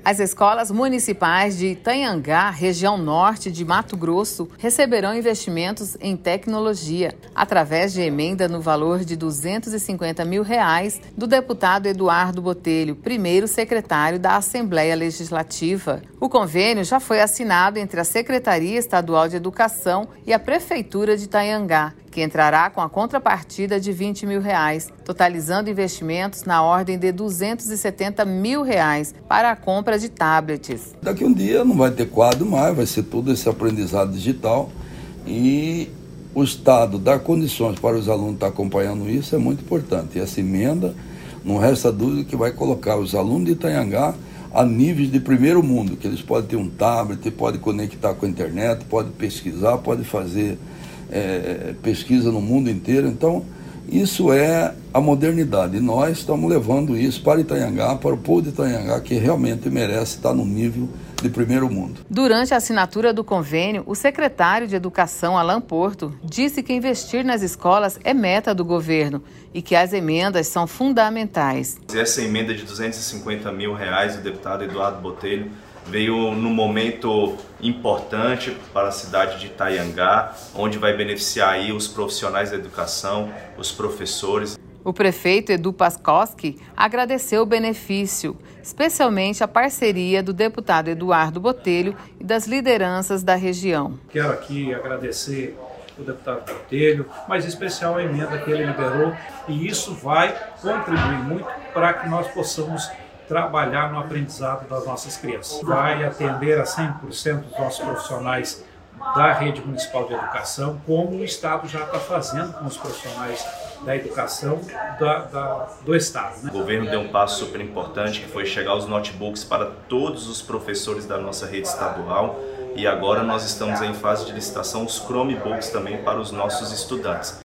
As escolas municipais de Itanhangá, região norte de Mato Grosso, receberão investimentos em tecnologia, através de emenda no valor de R$ 250 mil do deputado Eduardo Botelho, primeiro secretário da Assembleia Legislativa. O convênio já foi assinado entre a Secretaria Estadual de Educação e a Prefeitura de Itanhangá, que entrará com a contrapartida de R$ 20 mil, totalizando investimentos na ordem de R$ 270 mil para a compra de tablets. Daqui um dia não vai ter quadro mais, vai ser todo esse aprendizado digital e o Estado dar condições para os alunos estar acompanhando isso é muito importante. E essa emenda, não resta dúvida que vai colocar os alunos de Itanhangá a níveis de primeiro mundo, que eles podem ter um tablet, podem conectar com a internet, podem pesquisar, podem fazer pesquisa no mundo inteiro. Então, isso é a modernidade. E nós estamos levando isso para Itanhangá, para o povo de Itanhangá, que realmente merece estar no nível de primeiro mundo. Durante a assinatura do convênio, o secretário de Educação, Alan Porto, disse que investir nas escolas é meta do governo e que as emendas são fundamentais. Essa emenda de R$ 250 mil do deputado Eduardo Botelho veio num momento importante para a cidade de Itanhangá, onde vai beneficiar aí os profissionais da educação, os professores. O prefeito Edu Paskowski agradeceu o benefício, especialmente a parceria do deputado Eduardo Botelho e das lideranças da região. Quero aqui agradecer o deputado Botelho, mas em especial a emenda que ele liberou, e isso vai contribuir muito para que nós possamos trabalhar no aprendizado das nossas crianças. Vai atender a 100% dos nossos profissionais da rede municipal de educação, como o Estado já está fazendo com os profissionais da educação do Estado. O governo deu um passo super importante, que foi chegar os notebooks para todos os professores da nossa rede estadual, e agora nós estamos em fase de licitação os Chromebooks também para os nossos estudantes.